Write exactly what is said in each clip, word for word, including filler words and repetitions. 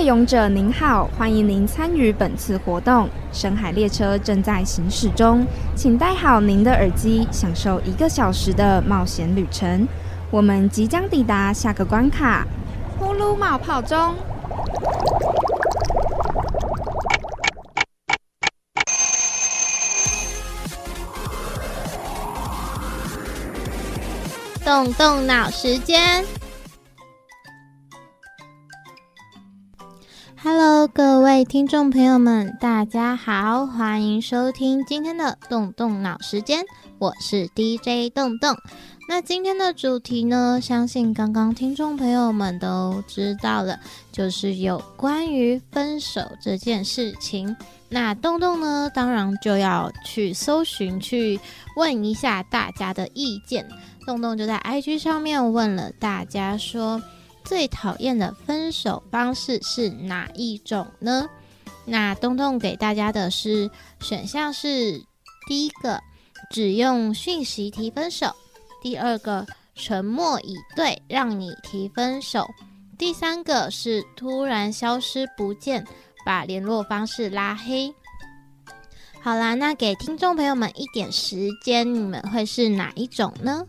勇者您好，欢迎您参与本次活动。深海列车正在行驶中，请戴好您的耳机，享受一个小时的冒险旅程。我们即将抵达下个关卡，呼噜冒泡中。 动动脑时间。Hello， 各位听众朋友们，大家好，欢迎收听今天的动动脑时间，我是 D J 动动。那今天的主题呢，相信刚刚听众朋友们都知道了，就是有关于分手这件事情。那动动呢，当然就要去搜寻，去问一下大家的意见。动动就在 I G 上面问了大家说，最讨厌的分手方式是哪一种呢？那动动给大家的是选项是：第一个，只用讯息提分手；第二个，沉默以对，让你提分手；第三个是突然消失不见，把联络方式拉黑。好啦，那给听众朋友们一点时间，你们会是哪一种呢？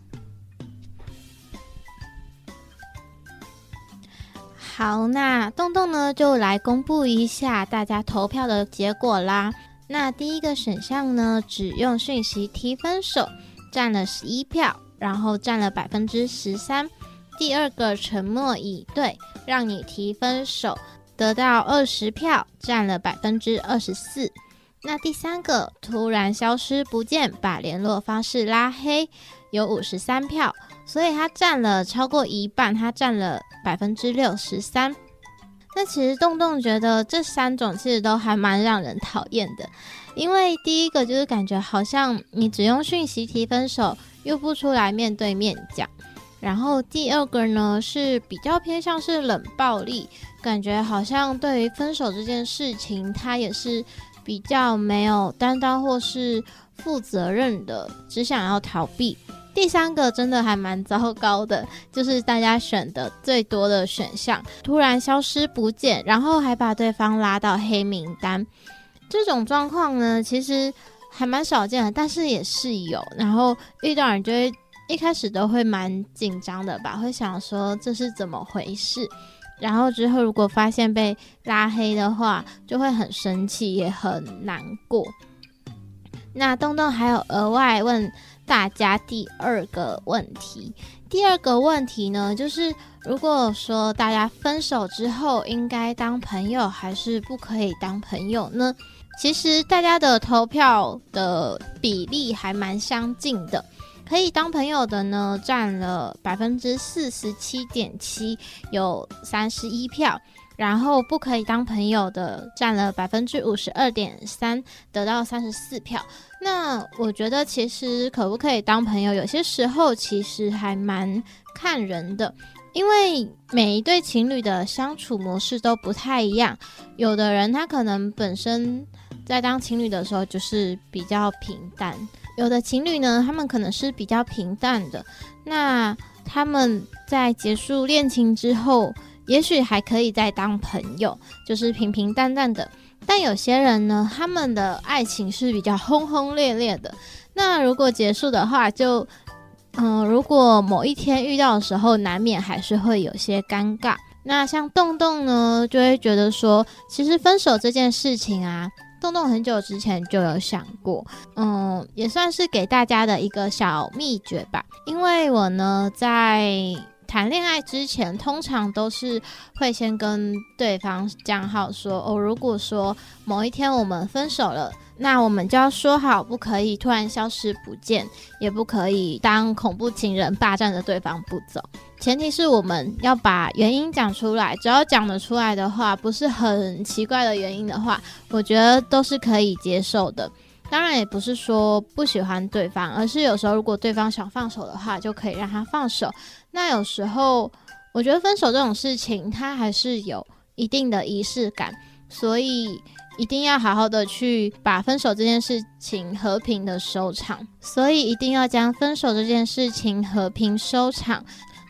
好，那动动呢就来公布一下大家投票的结果啦。那第一个选项呢，只用讯息提分手，占了十一票，然后占了 百分之十三。 第二个，沉默以对，让你提分手，得到二十票，占了 百分之二十四。那第三个，突然消失不见，把联络方式拉黑，有五十三票，所以它占了超过一半，它占了 百分之六十三。那其实动动觉得这三种其实都还蛮让人讨厌的，因为第一个就是感觉好像你只用讯息提分手，又不出来面对面讲。然后第二个呢，是比较偏向是冷暴力，感觉好像对于分手这件事情，他也是比较没有担当或是负责任的，只想要逃避。第三个真的还蛮糟糕的，就是大家选的最多的选项，突然消失不见，然后还把对方拉到黑名单。这种状况呢，其实还蛮少见的，但是也是有。然后遇到人就会一开始都会蛮紧张的吧，会想说这是怎么回事。然后之后如果发现被拉黑的话，就会很生气，也很难过。那动动还有额外问大家第二个问题，第二个问题呢，就是如果说大家分手之后应该当朋友还是不可以当朋友呢？其实大家的投票的比例还蛮相近的，可以当朋友的呢占了 百分之四十七点七， 有三十一票，然后不可以当朋友的占了 百分之五十二点三， 得到三十四票。那我觉得其实可不可以当朋友，有些时候其实还蛮看人的，因为每一对情侣的相处模式都不太一样。有的人他可能本身在当情侣的时候就是比较平淡，有的情侣呢他们可能是比较平淡的，那他们在结束恋情之后也许还可以再当朋友，就是平平淡淡的。但有些人呢，他们的爱情是比较轰轰烈烈的，那如果结束的话就嗯、呃，如果某一天遇到的时候，难免还是会有些尴尬。那像动动呢，就会觉得说，其实分手这件事情啊，动动很久之前就有想过，嗯，也算是给大家的一个小秘诀吧。因为我呢，在谈恋爱之前，通常都是会先跟对方讲好说，哦，如果说某一天我们分手了，那我们就要说好，不可以突然消失不见，也不可以当恐怖情人霸占着对方不走。前提是我们要把原因讲出来，只要讲得出来的话，不是很奇怪的原因的话，我觉得都是可以接受的。当然也不是说不喜欢对方，而是有时候如果对方想放手的话，就可以让他放手。那有时候我觉得分手这种事情，它还是有一定的仪式感，所以一定要好好的去把分手这件事情和平的收场，所以一定要将分手这件事情和平收场。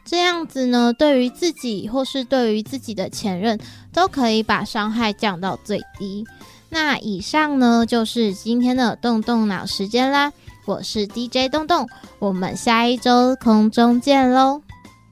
这样子呢，对于自己或是对于自己的前任，都可以把伤害降到最低。那以上呢，就是今天的动动脑时间啦。我是 D J 动动，我们下一周空中见咯。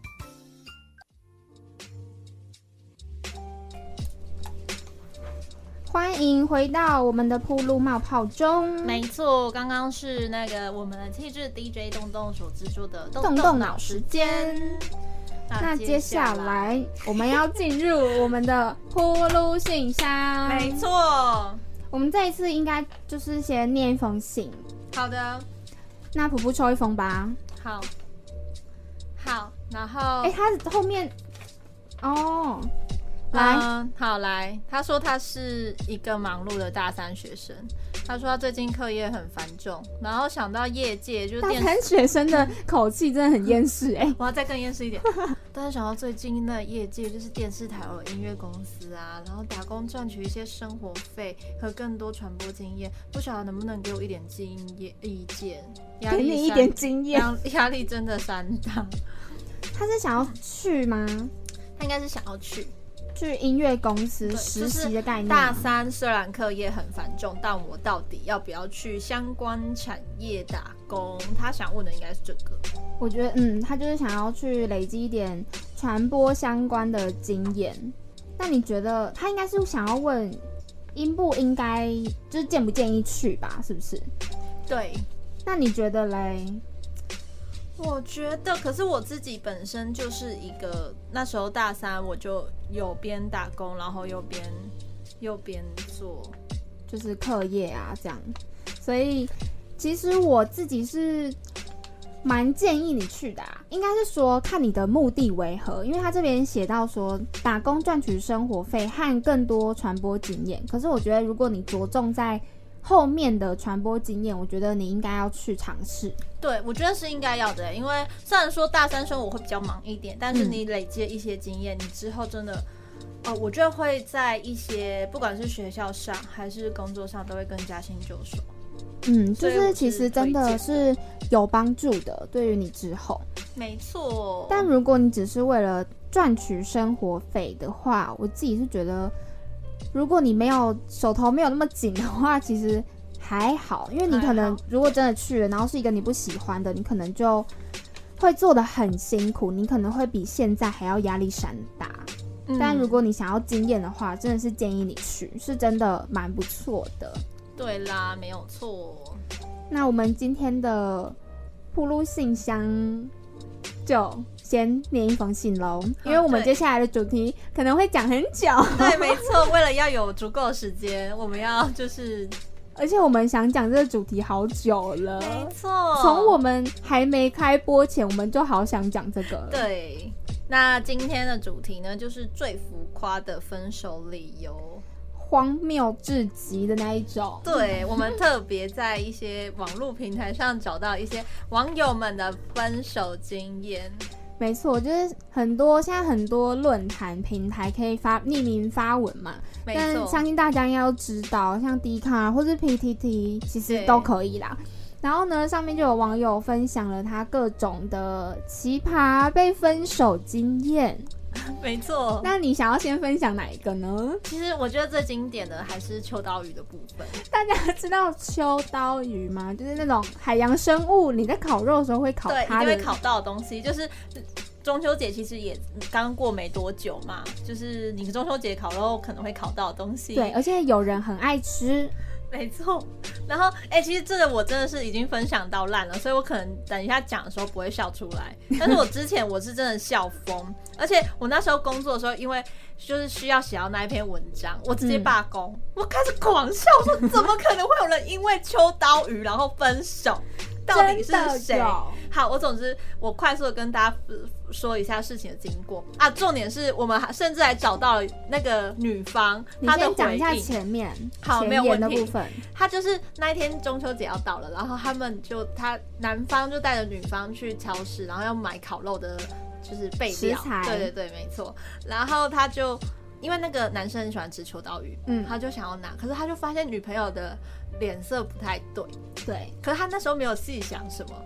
欢迎回到我们的铺路冒泡中。 没错，刚刚是那个我们的气质 D J 动动所制作的动动脑时间。那接下来我们要进入我们的铺路信箱。 没错， 我们这一次应该就是先念一封信。 好的， 那普普抽一封吧。 好，好，然后哎、欸，他后面哦。来、 嗯，好来，他说他是一个忙碌的大三学生，他说他最近课业很繁重，然后想到业界就是电大三学生的口气真的很厌世哎、欸， 我要再更厌世一点。但是想到最近的业界就是电视台有音乐公司啊，然后打工赚取一些生活费和更多传播经验，不晓得能不能给我一点经验意见？压力给你一点经验， 压力真的山大。 他是想要去吗？ 他应该是想要去。 去音乐公司实习的概念、 就是、大三虽然课业很繁重，但我到底要不要去相关产业打工？他想问的应该是这个。 我觉得，嗯，他就是想要去累积一点传播相关的经验。那你觉得他应该是想要问应不应该，就是建不建议去吧？是不是？ 对。 那你觉得嘞？ 我觉得，可是我自己本身就是一个那时候大三，我就有边打工，然后又边又边做， 就是课业啊这样。所以其实我自己是蛮建议你去的啊，应该是说看你的目的为何，因为他这边写到说打工赚取生活费和更多传播经验。可是我觉得如果你着重在后面的传播经验，我觉得你应该要去尝试。 对，我觉得是应该要的，因为虽然说大三生我会比较忙一点，但是你累积一些经验、嗯，你之后真的，呃，我觉得会在一些不管是学校上还是工作上都会更加新就熟。 嗯，就是其实真的是有帮助的，对于你之后。 没错。 但如果你只是为了赚取生活费的话，我自己是觉得，如果你没有手头没有那么紧的话，其实还好，因为你可能如果真的去了，然后是一个你不喜欢的，你可能就会做得很辛苦，你可能会比现在还要压力山大、嗯、但如果你想要经验的话，真的是建议你去，是真的蛮不错的。 对啦，没有错。 那我们今天的铺路信箱就先念一封信咯，因为我们接下来的主题可能会讲很久。 对，没错，为了要有足够的时间，我们要就是而且我们想讲这个主题好久了， 没错， 从我们还没开播前我们就好想讲这个了。 对，那今天的主题呢，就是最浮夸的分手理由， 荒谬至极的那一种。 对，我们特别在一些网络平台上找到一些网友们的分手经验。 没错，就是很多现在很多论坛平台可以发匿名发文嘛，但相信大家应该都知道，像 D 卡或是 P T T 其实都可以啦。然后呢，上面就有网友分享了他各种的奇葩被分手经验。 没错， 那你想要先分享哪一个呢？ 其实我觉得最经典的还是秋刀鱼的部分。 大家知道秋刀鱼吗？就是那种海洋生物，你在烤肉的时候会烤它的， 对，一定会烤到的东西。就是中秋节其实也刚过没多久嘛，就是你中秋节烤肉可能会烤到的东西。 对，而且有人很爱吃。 没错，然后哎、欸，其实这个我真的是已经分享到烂了，所以我可能等一下讲的时候不会笑出来。但是我之前我是真的笑疯，而且我那时候工作的时候，因为就是需要写到那一篇文章，我直接罢工、嗯，我开始狂笑，说怎么可能会有人因为秋刀鱼然后分手？到底是谁？好，我总之我快速的跟大家说一下事情的经过啊。重点是我们甚至还找到了那个女方，她的回应。 你先讲一下前面， 好， 前没有问题的部分。 她就是那一天中秋节要到了，然后他们就他男方就带着女方去超市，然后要买烤肉的，就是备料， 食材。 对对对，没错。然后他就因为那个男生很喜欢吃秋刀鱼，嗯，他就想要拿，可是他就发现女朋友的脸色不太对， 对， 可是他那时候没有细想什么。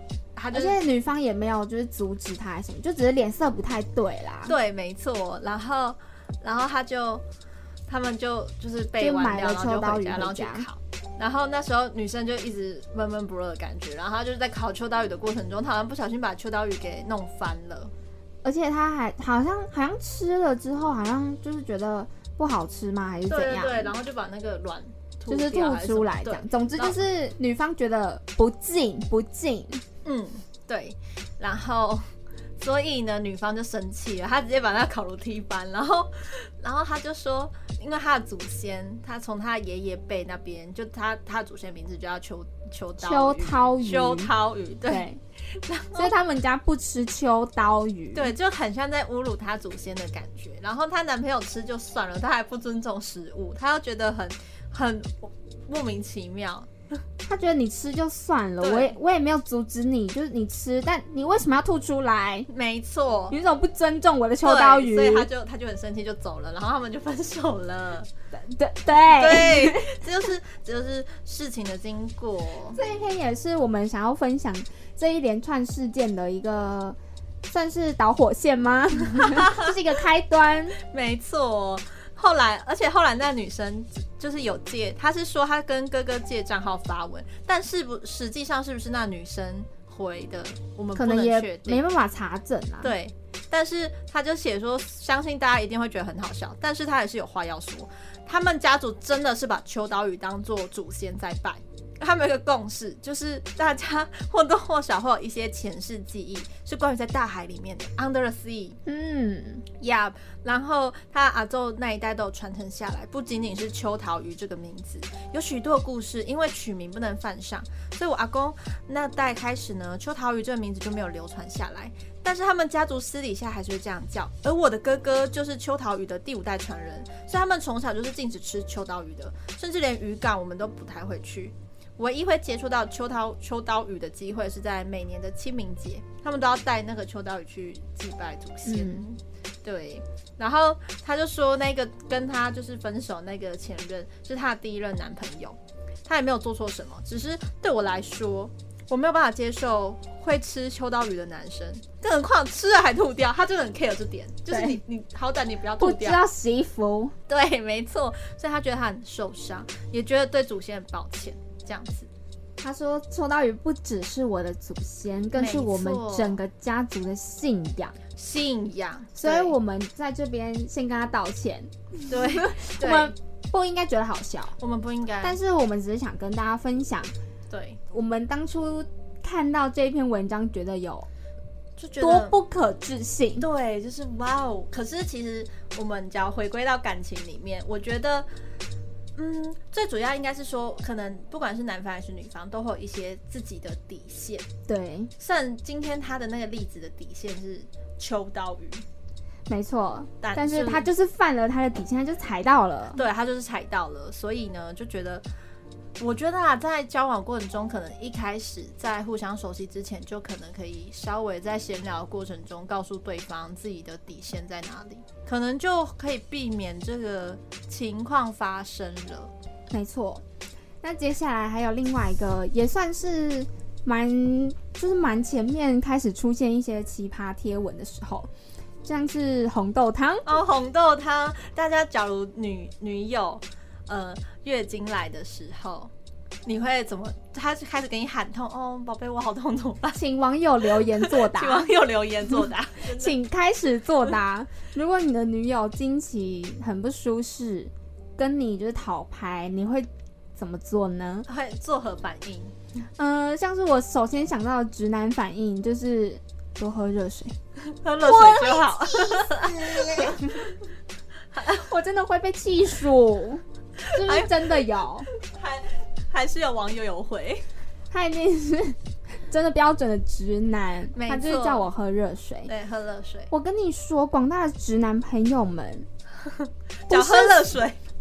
他就而且女方也没有就是阻止他还是什么，就只是脸色不太对啦。 对，没错。然后，然后他就他们就就是背完掉，然后就回家，然后去烤。然后那时候女生就一直闷闷不乐的感觉，然后她就是在烤秋刀鱼的过程中，她好像不小心把秋刀鱼给弄翻了， 而且她还好像好像吃了之后，好像就是觉得不好吃吗？还是怎样？ 对对对，然后就把那个卵吐就是吐出来这样。总之就是女方觉得不敬不敬， 嗯，对，然后。所以呢，女方就生气了，她直接把那烤炉踢翻，然后，然后她就说，因为她的祖先，她从她爷爷辈那边，就她她的祖先名字就叫秋秋刀鱼， 秋刀鱼， 秋刀鱼，对， 对所以他们家不吃秋刀鱼， 对，就很像在侮辱她祖先的感觉。然后她男朋友吃就算了，她还不尊重食物，她又觉得很很莫名其妙。 他觉得你吃就算了，我也我也没有阻止你，就是你吃，但你为什么要吐出来？ 没错， 你怎么不尊重我的秋刀鱼？ 所以他就他就很生气就走了，然后他们就分手了。 对对对，这就是这就是事情的经过。 这一篇也是我们想要分享这一连串事件的一个算是导火线吗？这是一个开端。 没错。后来，而且后来那女生就是有借，她是说她跟哥哥借账号发文，但是不实际上是不是那女生回的，我们不能确定， 没办法查证啊。 对，但是她就写说，相信大家一定会觉得很好笑，但是她也是有话要说，他们家族真的是把秋刀鱼当作祖先在拜。他们有一个共识，就是大家或多或少会有一些前世记忆，是关于在大海里面的 Under the Sea。嗯呀， yeah, 然后他阿祖那一代都有传承下来，不仅仅是秋刀鱼这个名字，有许多故事，因为取名不能犯上，所以我阿公那代开始呢，秋刀鱼这个名字就没有流传下来。但是他们家族私底下还是会这样叫，而我的哥哥就是秋刀鱼的第五代传人，所以他们从小就是禁止吃秋刀鱼的，甚至连渔港我们都不太会去。唯一会接触到秋刀秋刀鱼的机会是在每年的清明节，他们都要带那个秋刀鱼去祭拜祖先。嗯、对，然后他就说那个跟他就是分手那个前任是他的第一任男朋友，他也没有做错什么，只是对我来说，我没有办法接受会吃秋刀鱼的男生，更何况吃了还吐掉，他真的很 care 这点，就是你你好歹你不要吐掉， 不知道洗衣服。 对，没错，所以他觉得他很受伤，也觉得对祖先很抱歉。这样子， 他说秋刀鱼不只是我的祖先，更是我们整个家族的信仰。 信仰， 所以我们在这边先跟他道歉。 对， 我们不应该觉得好笑， 我们不应该， 但是我们只是想跟大家分享。 对， 我们当初看到这篇文章，觉得有就觉得多不可置信。 对，就是哇哦！可是其实我们只要回归到感情里面，我觉得。嗯，最主要应该是说，可能不管是男方还是女方，都会有一些自己的底线。 对， 像今天他的那个例子的底线是秋刀鱼， 没错，但, 但是他就是犯了他的底线，他就踩到了。 对，他就是踩到了，所以呢，就觉得，我觉得啊，在交往过程中，可能一开始在互相熟悉之前，就可能可以稍微在闲聊的过程中告诉对方自己的底线在哪里。可能就可以避免这个情况发生了。 没错，那接下来还有另外一个，也算是蛮就是蛮前面开始出现一些奇葩贴文的时候，像是红豆汤哦，红豆汤，大家假如女女友呃月经来的时候。你会怎么？他就开始给你喊痛哦，宝贝，我好痛，怎么办？ 请网友留言作答， 请网友留言作答， 请开始作答。如果你的女友经期很不舒适，跟你就是讨拍，你会怎么做呢？ 会作何反应？ 呃，像是我首先想到的直男反应就是多喝热水， 喝热水就好。 我真的会被气数，是不是真的有？ 还还是有网友有回， 他一定是真的标准的直男，他就是叫我喝热水。 对，喝热水。 我跟你说，广大的直男朋友们， 讲喝热水， 不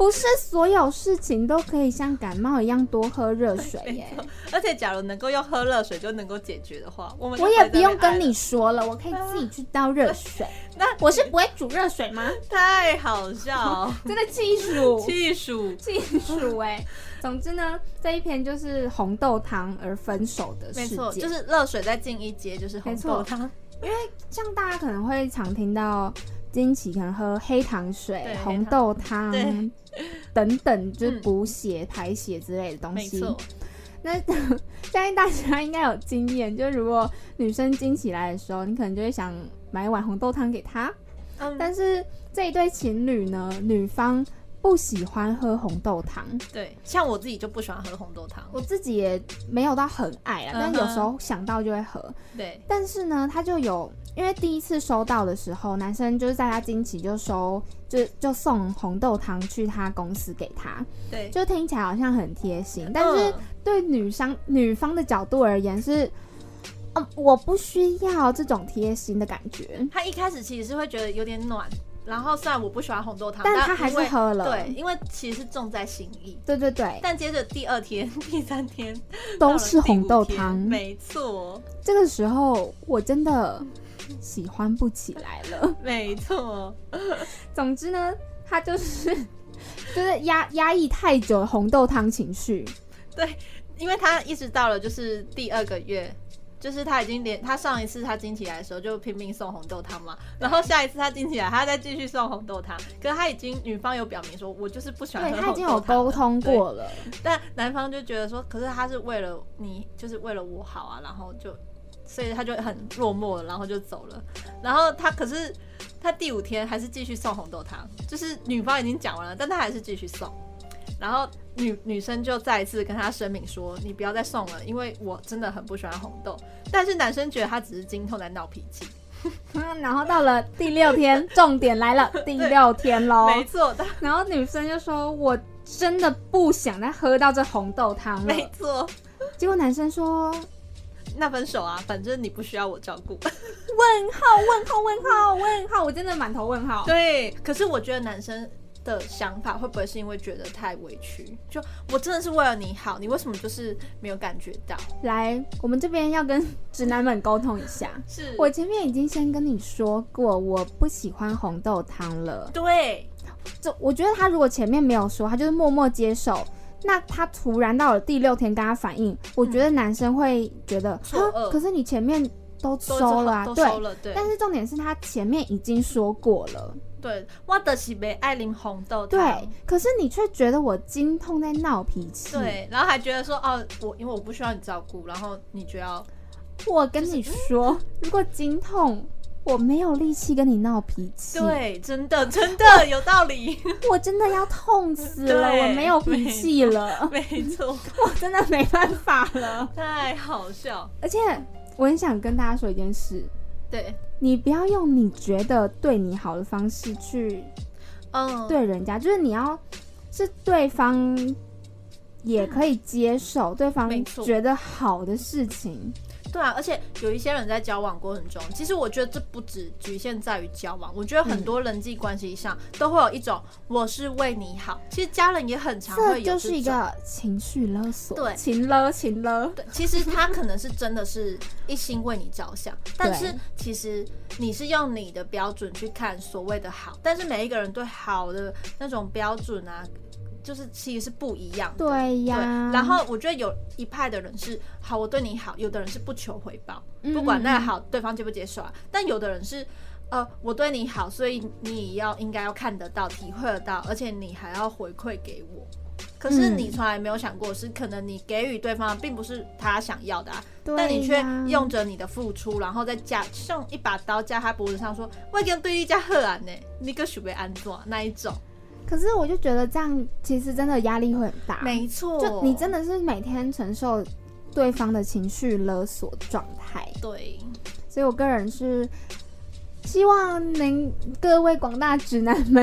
不是所有事情都可以像感冒一样多喝热水耶。 而且假如能够用喝热水就能够解决的话，我们我也不用跟你说了，我可以自己去倒热水。那我是不会煮热水吗？ 太好笑， 真的气数， 气数， 气数哎。总之呢，这一篇就是红豆汤而分手的事件。没错， 就是热水再进一阶就是红豆汤。 因为像大家可能会常听到经期可能喝黑糖水、红豆汤等等，就是补血、排血之类的东西。没错。那相信大家应该有经验，就如果女生经期来的时候，你可能就会想买一碗红豆汤给她。嗯。但是这一对情侣呢，女方不喜欢喝红豆汤。 对，像我自己就不喜欢喝红豆汤， 我自己也没有到很爱啦，但有时候想到就会喝。 对， 但是呢，他就有，因为第一次收到的时候，男生就是在他经期就收，就就送红豆汤去他公司给他。 对， 就听起来好像很贴心，但是对女生女方的角度而言是。嗯，我不需要这种贴心的感觉。 他一开始其实是会觉得有点暖，然后虽然我不喜欢红豆汤， 但他还是喝了。 对，因为其实是重在心意。 对对对。 但接着第二天、第三天都是红豆汤， 没错。 这个时候我真的喜欢不起来了。 没错。 总之呢，他就是就是压压抑太久的红豆汤情绪。 对，因为他一直到了就是第二个月。就是他已经连他上一次他经期来的时候就拼命送红豆汤嘛，然后下一次他经期来他再继续送红豆汤，可是他已经女方有表明说我就是不喜欢喝红豆汤， 对，他已经有沟通过了， 但男方就觉得说可是他是为了你，就是为了我好啊，然后就所以他就很落寞了，然后就走了。然后他可是他第五天还是继续送红豆汤，就是女方已经讲完了，但他还是继续送。然后女女生就再一次跟他声明说你不要再送了，因为我真的很不喜欢红豆。但是男生觉得他只是经痛在闹脾气。 然后到了第六天重点来了，第六天咯， 没错。 然后女生就说我真的不想再喝到这红豆汤了， 没错。 结果男生说那分手啊，反正你不需要我照顾。 问号问号问号问号，我真的满头问号。 对，可是我觉得男生的想法会不会是因为觉得太委屈，就我真的是为了你好，你为什么就是没有感觉到？ 来，我们这边要跟直男们沟通一下。 是我前面已经先跟你说过我不喜欢红豆汤了。 对， 就我觉得他如果前面没有说，他就是默默接受，那他突然到了第六天跟他反应，我觉得男生会觉得错愕， 可是你前面都收了啊， 都收了，对。 但是重点是他前面已经说过了。 对，我就是不爱喝红豆汤。 对，可是你却觉得我经痛在闹脾气。 对，然后还觉得说，哦，我因为我不需要你照顾，然后你就要…… 我跟你说，如果经痛，我没有力气跟你闹脾气。 对，真的真的有道理。 我真的要痛死了，我没有脾气了。 没错， 我真的没办法了。 太好笑。 而且我很想跟大家说一件事。 对。 你不要用你觉得对你好的方式去对人家，嗯、就是你要是对方也可以接受，对方觉得好的事情。 对啊，而且有一些人在交往过程中，其实我觉得这不只局限在于交往，我觉得很多人际关系上都会有一种我是为你好，其实家人也很常会有这种， 这就是一个情绪勒索， 对， 情勒情勒。 对，其实他可能是真的是一心为你着想，但是其实你是用你的标准去看所谓的好，但是每一个人对好的那种标准啊，就是其实是不一样的。 对呀。 对，然后我觉得有一派的人是好，我对你好；有的人是不求回报，嗯嗯嗯，不管那个好对方接不接受啊。但有的人是，呃，我对你好，所以你也要应该要看得到、体会得到，而且你还要回馈给我。可是你从来没有想过，是可能你给予对方并不是他想要的啊，但你却用着你的付出，然后再架像一把刀架他脖子上说：“我已经对你这么好啊呢，你个想要安怎那一种。” 可是我就觉得这样其实真的压力会很大。 没错， 就你真的是每天承受对方的情绪勒索状态。 对， 所以我个人是希望能各位广大直男们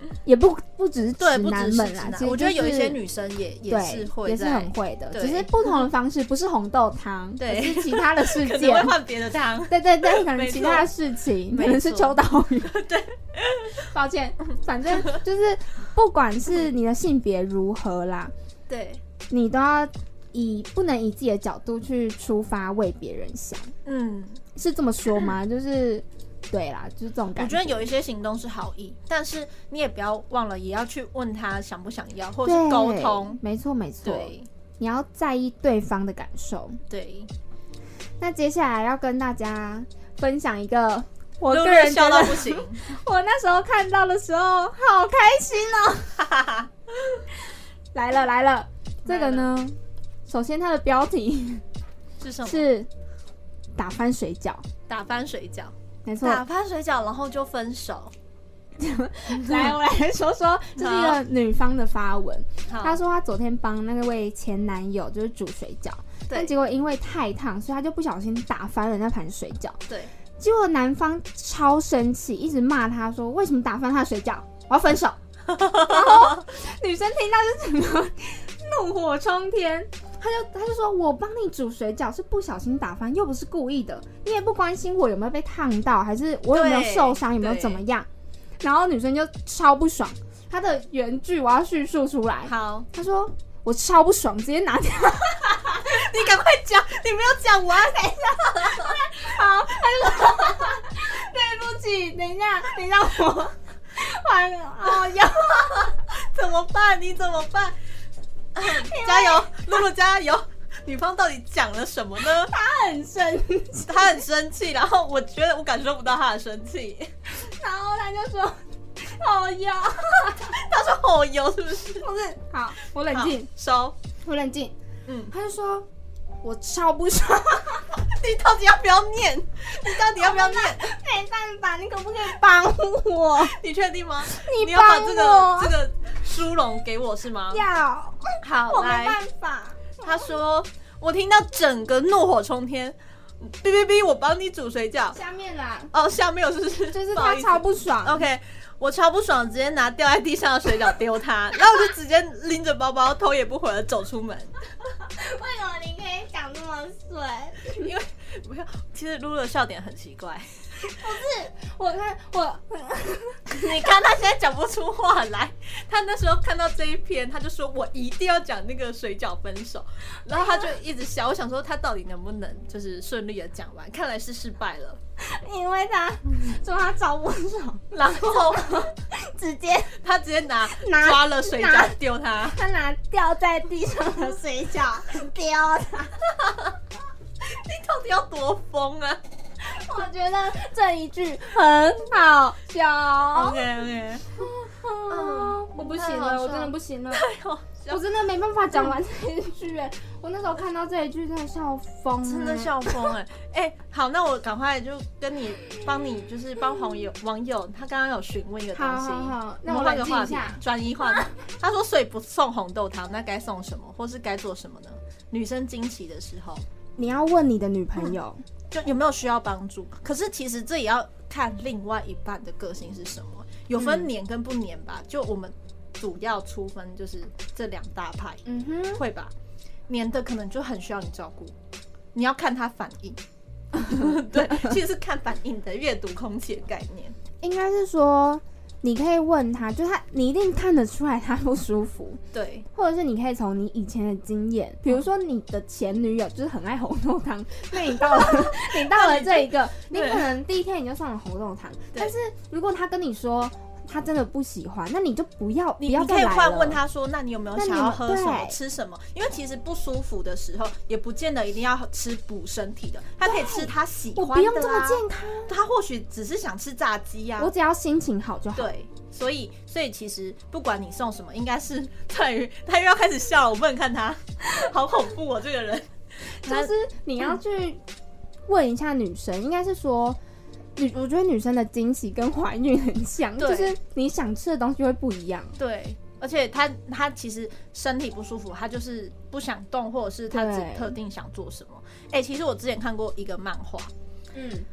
也不不只是对， 直不只男们啦， 是直男， 其实、就是、 我觉得有一些女生也也是会， 也是很会的， 对只是不同的方式，不是红豆汤， 对， 是其他的事可能件， 会换别的汤， 对对对，可能其他的事情，可能是秋刀鱼， 对， 抱歉，反正就是不管是你的性别如何啦， 对， 你都要以不能以自己的角度去出发为别人想， 嗯， 是这么说吗？就是对啦，就是这种感觉。 我觉得有一些行动是好意，但是你也不要忘了，也要去问他想不想要，或者是沟通。 没错没错， 对， 你要在意对方的感受。 对。 那接下来要跟大家分享一个我露露个人笑到不行， 我那时候看到的时候好开心哦！来了来了，这个呢，首先它的标题是什么？ 是打翻水饺， 打翻水饺， 没错， 打翻水饺，然后就分手。 来，我来说说，这是一个女方的发文。她说她昨天帮那位前男友就是煮水饺，但结果因为太烫，所以她就不小心打翻了那盘水饺。 对， 结果男方超生气，一直骂她说：“为什么打翻他的水饺？我要分手。”然后女生听到就整个怒火冲天。他就他就说，我帮你煮水饺是不小心打翻，又不是故意的，你也不关心我有没有被烫到，还是我有没有受伤，有没有怎么样。然后女生就超不爽，她的原句我要叙述出来。 好， 她说我超不爽，直接拿掉。 你赶快讲，你没有讲完。 等一下，好，她就说对不起，等一下，等一下我还哦要怎么办？你怎么办？加油，露露加油！女方到底讲了什么呢？ 她很生气， 她很生气，然后我觉得我感受不到她的生气， 然后她就说好油， 她说好油是不是？ 不是，好，我冷静， 收， 我冷静， 嗯， 她就说我超不爽， 你到底要不要念？你到底要不要念？ 没办法，你可不可以帮我？ 你确定吗？ 你你要把帮这个我这个殊荣给我是吗？ 要， 好， 我没来。 办法。 他说：“我听到整个怒火冲天，哔哔哔，我帮你煮水饺。 下面啦， 哦，下面有是不是？ 就是他超不爽。 OK， 我超不爽，直接拿掉在地上的水饺丢他，然后我就直接拎着包包，头也不回的走出门。 为什么你可以讲这么水？ 因为没有，其实露露的笑点很奇怪。 不是，我看我， 你看他现在讲不出话来。他那时候看到这一篇，他就说我一定要讲那个水饺分手，然后他就一直笑。我想说他到底能不能就是顺利的讲完？看来是失败了。 因为他说他超不爽， 然后直接他直接拿拿抓了水饺丢他， 他拿掉在地上的水饺丢他。 你到底要多疯啊？ 我觉得这一句很好笑。 OK OK， 嗯，我不行了，我真的不行了， 太好笑， 我真的没办法讲完这一句哎，我那时候看到这一句真的笑疯， 真的笑疯哎哎，好，那我赶快就跟你帮你就是帮网友网友，他刚刚有询问一个东西， 好好好，那我我换个话题冷静一下， 转移话题。他说，所以不送红豆汤，那该送什么，或是该做什么呢？女生经期的时候， 你要问你的女朋友。 就有没有需要帮助？可是其实这也要看另外一半的个性是什么，有分黏跟不黏吧。嗯、就我们主要出分就是这两大派， 嗯哼， 会吧？黏的可能就很需要你照顾，你要看他反应。对，其实是看反应的，阅读空气的概念。 应该是说，你可以问他，就他，你一定看得出来他不舒服， 对， 或者是你可以从你以前的经验，比如说你的前女友就是很爱红豆汤，那你到了你到了这一个，你可能第一天你就上了红豆汤，但是如果他跟你说他真的不喜欢，那你就不要不要再来了。 你可以换问他说，那你有没有想要喝什么、吃什么？因为其实不舒服的时候，也不见得一定要吃补身体的，他可以吃他喜欢的、啊。 我不用这么健康， 他或许只是想吃炸鸡啊。 我只要心情好就好。 对，所以所以其实不管你送什么，应该是在于他又要开始笑了，我不能看他，好恐怖哦，这个人。 就是你要去问一下女生，应该是说。女，我觉得女生的经期跟怀孕很像，就是你想吃的东西会不一样。 对，而且她她其实身体不舒服，她就是不想动，或者是她只特定想做什么。哎、欸，其实我之前看过一个漫画，嗯，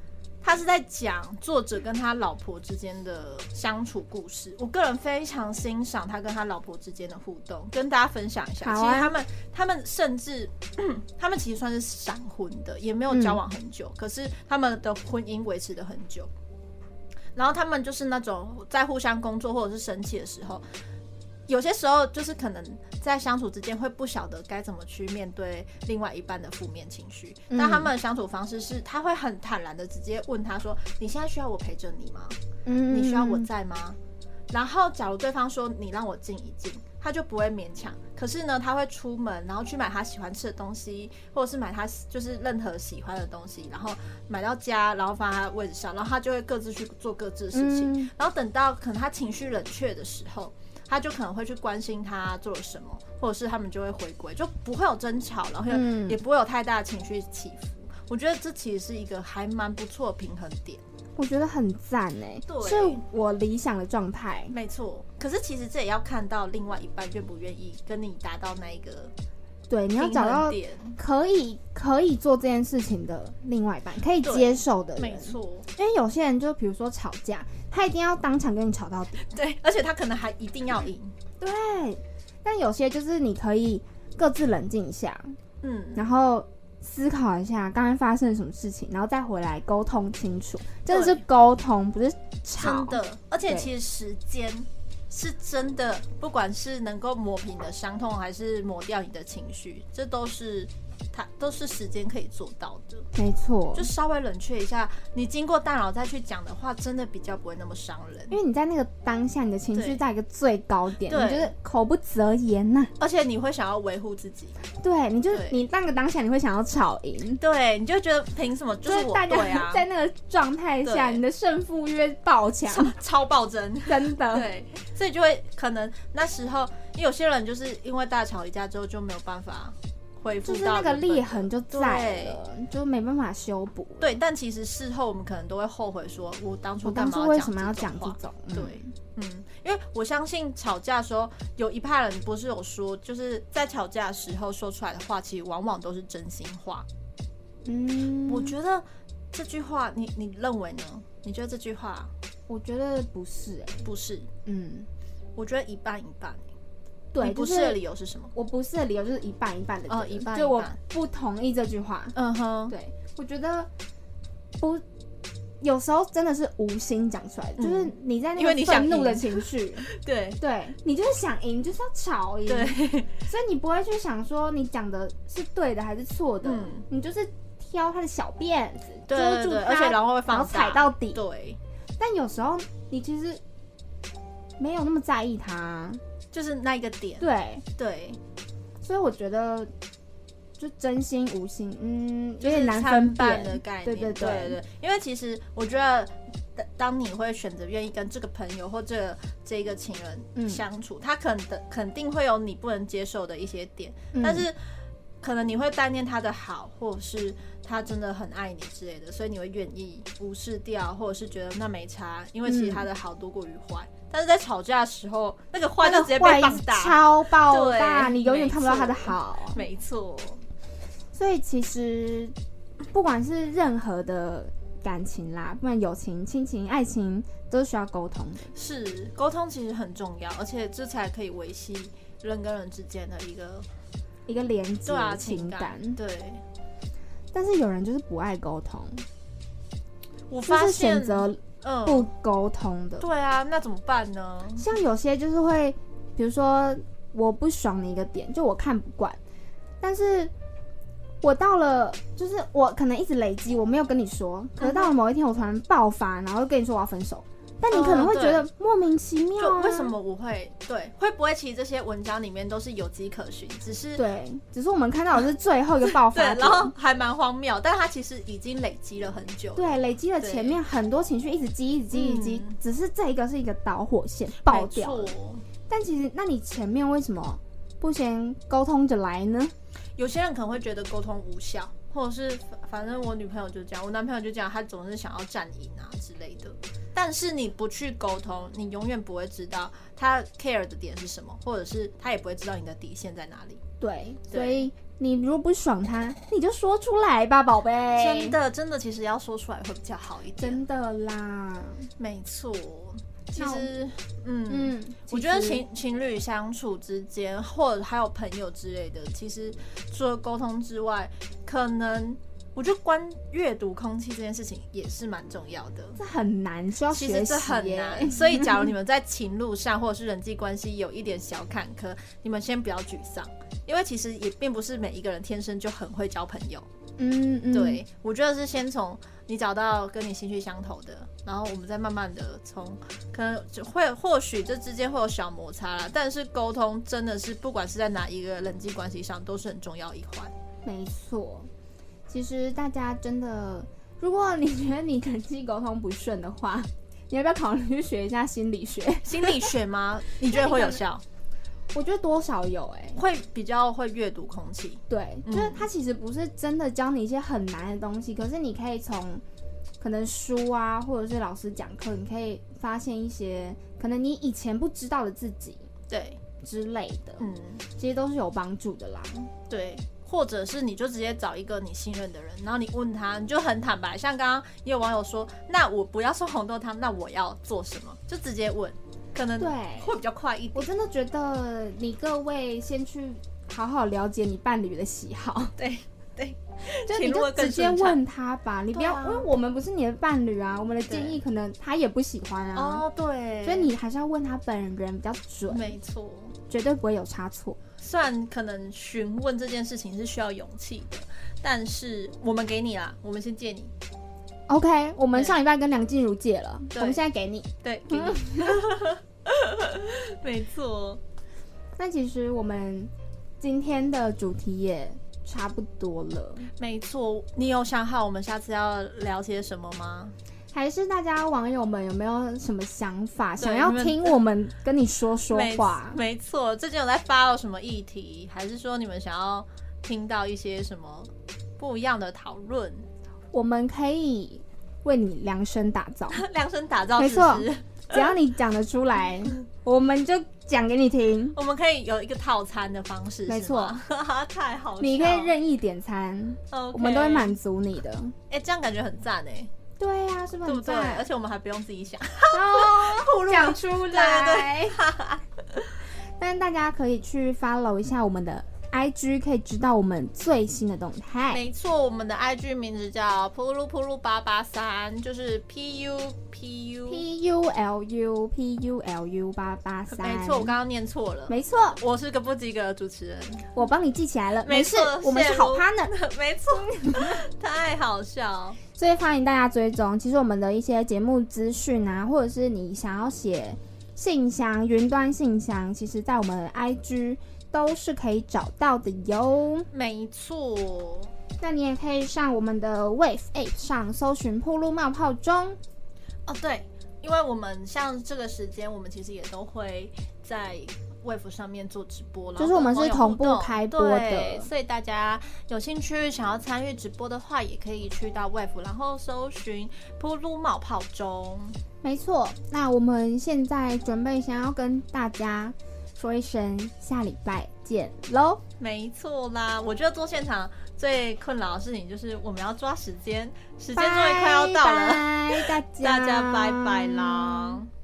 他是在讲作者跟他老婆之间的相处故事。我个人非常欣赏他跟他老婆之间的互动，跟大家分享一下。 啊、 其实他们他们甚至他们其实算是闪婚的，也没有交往很久，嗯、可是他们的婚姻维持的很久。然后他们就是那种在互相工作或者是生气的时候，有些时候就是可能在相处之间会不晓得该怎么去面对另外一半的负面情绪，嗯、但他们的相处方式是他会很坦然的直接问他说，你现在需要我陪着你吗？嗯、你需要我在吗？然后假如对方说你让我静一静，他就不会勉强。可是呢，他会出门，然后去买他喜欢吃的东西，或者是买他就是任何喜欢的东西，然后买到家，然后放在他的位置上，然后他就会各自去做各自的事情。嗯、然后等到可能他情绪冷却的时候，他就可能会去关心他做了什么，或者是他们就会回归，就不会有争吵，然后也不会有太大的情绪起伏。我觉得这其实是一个还蛮不错的平衡点。 我觉得很赞哎，是我理想的状态。 没错，可是其实这也要看到另外一半愿不愿意跟你达到那一个。 对，你要找到可以可以做这件事情的另外一半，可以接受的人。 没错， 因为有些人就比如说吵架，他一定要当场跟你吵到底。 对，而且他可能还一定要赢。 对，但有些就是你可以各自冷静一下，嗯，然后思考一下刚才发生了什么事情，然后再回来沟通清楚。真的是沟通，不是吵。 真的，而且其实时间是真的，不管是能够抹平你的伤痛，还是抹掉你的情绪，这都是它都是时间可以做到的。 没错， 就稍微冷却一下，你经过大脑再去讲的话，真的比较不会那么伤人。 因为你在那个当下，你的情绪在一个最高点，你就是口不择言呐、啊， 而且你会想要维护自己。 对，你就是你那个当下，你会想要吵赢。 对，你就觉得凭什么就是我对啊？ 在那个状态下，你的胜负越爆强， 超, 超暴增， 真的。 对，所以就会可能那时候，因为有些人就是因为大吵一架之后就没有办法恢复到， 就是那个裂痕就在了，就没办法修补。 对，但其实事后我们可能都会后悔说，我当初干嘛为什么要讲这种？ 对，嗯，因为我相信吵架的时候，有一派人不是有说，就是在吵架的时候说出来的话，其实往往都是真心话。嗯，我觉得这句话，你你认为呢？你觉得这句话？ 我觉得不是、欸， 不是， 嗯， 我觉得一半一半、欸。 对， 你不是的理由是什么？ 我不是的理由就是一半一半的， 哦，一半一半， 就我不同意这句话。 嗯哼， 对，我觉得不，有时候真的是无心讲出来的、嗯，就是你在那个愤怒的情绪， 对对，你就是想赢，就是要吵赢， 对， 所以你不会去想说你讲的是对的还是错的、嗯，你就是挑他的小辫子， 对对对， 遮住他， 而且然后会放大， 然后踩到底。 对， 但有时候你其实没有那么在意他。 就是那一个点， 对对， 所以我觉得就真心无心，嗯，有点难分辨的概念， 对对 对, 对对对。因为其实我觉得，当你会选择愿意跟这个朋友或者这个情人相处，嗯、他肯的肯定会有你不能接受的一些点，嗯、但是可能你会担念他的好，或者是他真的很爱你之类的，所以你会愿意无视掉，或者是觉得那没差，因为其实他的好多过于坏。嗯，但是在吵架的时候，那个坏就直接被放大， 超爆大，你永远看不到他的好。 没错， 所以其实不管是任何的感情啦，不管友情、亲情、爱情，都是需要沟通的。 是，沟通其实很重要，而且这才可以维系人跟人之间的一个一个连接、 对啊、 情感。 对。 但是有人就是不爱沟通， 我发现就是选择不沟通的、 嗯。对啊，那怎么办呢？ 像有些就是会，比如说我不爽你一个点，就我看不惯，但是我到了，就是我可能一直累积，我没有跟你说，可是到了某一天我突然爆发，然后就跟你说我要分手。但你可能会觉得莫名其妙、啊就为什么我会对会不会其实这些文章里面都是有迹可循，只是对，只是我们看到的是最后一个爆发对，然后还蛮荒谬，但它其实已经累积了很久， 对，累积了前面很多情绪一直积一直积一直积、嗯，只是这一个是一个导火线爆掉了。但其实那你前面为什么不先沟通着来呢？ 有些人可能会觉得沟通无效，或者是反正我女朋友就这样，我男朋友就这样，他总是想要占赢啊之类的。但是你不去沟通，你永远不会知道他 care 的点是什么，或者是他也不会知道你的底线在哪里。 对，所以你如果不爽他，你就说出来吧，宝贝。 真的，真的，其实要说出来会比较好一点。 真的啦， 没错。其实，嗯嗯， 我觉得情情侣相处之间，或者还有朋友之类的，其实除了沟通之外，可能我觉得关阅读空气这件事情也是蛮重要的。 这很难，需要学习耶。 其实这很难，所以假如你们在情路上或者是人际关系有一点小坎坷，你们先不要沮丧，因为其实也并不是每一个人天生就很会交朋友。 嗯嗯， 对，我觉得是先从你找到跟你兴趣相投的，然后我们再慢慢的从可能会或许这之间会有小摩擦啦，但是沟通真的是不管是在哪一个人际关系上都是很重要一环。 没错，其实大家真的，如果你觉得你人际沟通不顺的话，你要不要考虑学一下心理学？ 心理学吗？你觉得会有效？ 我觉得多少有哎、欸， 会比较会阅读空气。 对， 嗯就是它其实不是真的教你一些很难的东西，可是你可以从可能书啊，或者是老师讲课，你可以发现一些可能你以前不知道的自己， 对之类的， 嗯， 其实都是有帮助的啦。 对。或者是你就直接找一个你信任的人，然后你问他，你就很坦白。像刚刚也有网友说，那我不要送红豆汤，那我要做什么？就直接问，可能对会比较快一点。 我真的觉得你各位先去好好了解你伴侣的喜好， 对对， 就你就直接问他吧，你不要，啊、因为我们不是你的伴侣啊，我们的建议可能他也不喜欢啊。 哦，对， 所以你还是要问他本人比较准， 没错， 绝对不会有差错。 虽然可能询问这件事情是需要勇气的，但是我们给你啦，我们先借你。 OK， 我们上礼拜跟梁静茹借了，我们现在给你。 对，给你。没错。 那其实我们今天的主题也差不多了。 没错，你有想好我们下次要聊些什么吗？ 还是大家网友们有没有什么想法，想要听我们跟你说说话？ 没, 没错，最近有在follow什么议题，还是说你们想要听到一些什么不一样的讨论？ 我们可以为你量身打造， 量身打造， 没错，只要你讲得出来，我们就讲给你听。 我们可以有一个套餐的方式， 没错， 太好笑了， 你可以任意点餐， okay, 我们都会满足你的。 哎、欸，这样感觉很赞哎。 对呀、啊，是不是很赞？ 对不对？而且我们还不用自己想， 哦，讲出来。 对对对但大家可以去 follow 一下我们的 I G， 可以知道我们最新的动态。 没错，我们的 I G 名字叫噗噜噗噜八八三，就是 P U P U P U L U P U L U 八八三。 没错，我刚刚念错了。 没错， 我是个不及格的主持人， 我帮你记起来了。没事， 没我们是好 partner。 没错，太好笑。 所以欢迎大家追踪，其实我们的一些节目资讯啊，或者是你想要写信箱、云端信箱，其实在我们的 I G 都是可以找到的哟。 没错， 那你也可以上我们的 Wave App 上搜寻噗噜冒泡中。 哦，对，因为我们像这个时间，我们其实也都会在Wave 上面做直播， 就是我们是同步开播的， 对，所以大家有兴趣想要参与直播的话，也可以去到 Wave， 然后搜寻噗噜冒泡中。 没错，那我们现在准备想要跟大家说一声下礼拜见喽。 没错啦，我觉得做现场最困扰的事情就是我们要抓时间，时间终于快要到了， 拜拜大家， 大家拜拜啦。